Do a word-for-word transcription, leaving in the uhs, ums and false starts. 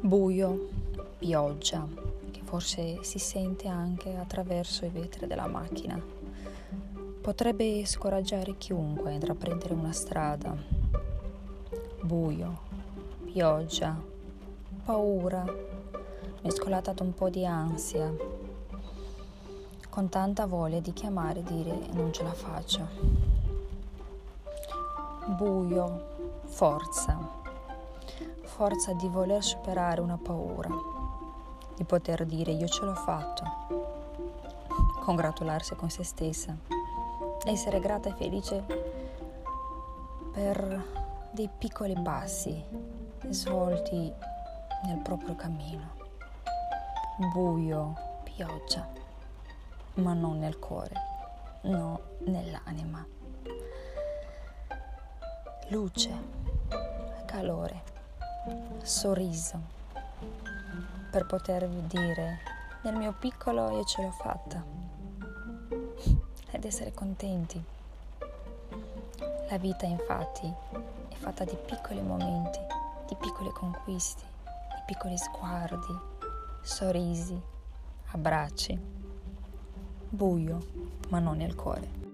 Buio, pioggia, che forse si sente anche attraverso i vetri della macchina. Potrebbe scoraggiare chiunque a intraprendere una strada. Buio, pioggia, paura, mescolata ad un po' di ansia, con tanta voglia di chiamare e dire non ce la faccio. Buio, forza. Forza di voler superare una paura, di poter dire io ce l'ho fatto, congratularsi con se stessa, essere grata e felice per dei piccoli passi svolti nel proprio cammino. Buio, pioggia, ma non nel cuore, no, nell'anima. Luce, calore, sorriso, per potervi dire nel mio piccolo io ce l'ho fatta ed essere contenti. La vita infatti è fatta di piccoli momenti, di piccole conquiste, di piccoli sguardi, sorrisi, abbracci. Buio, ma non nel cuore.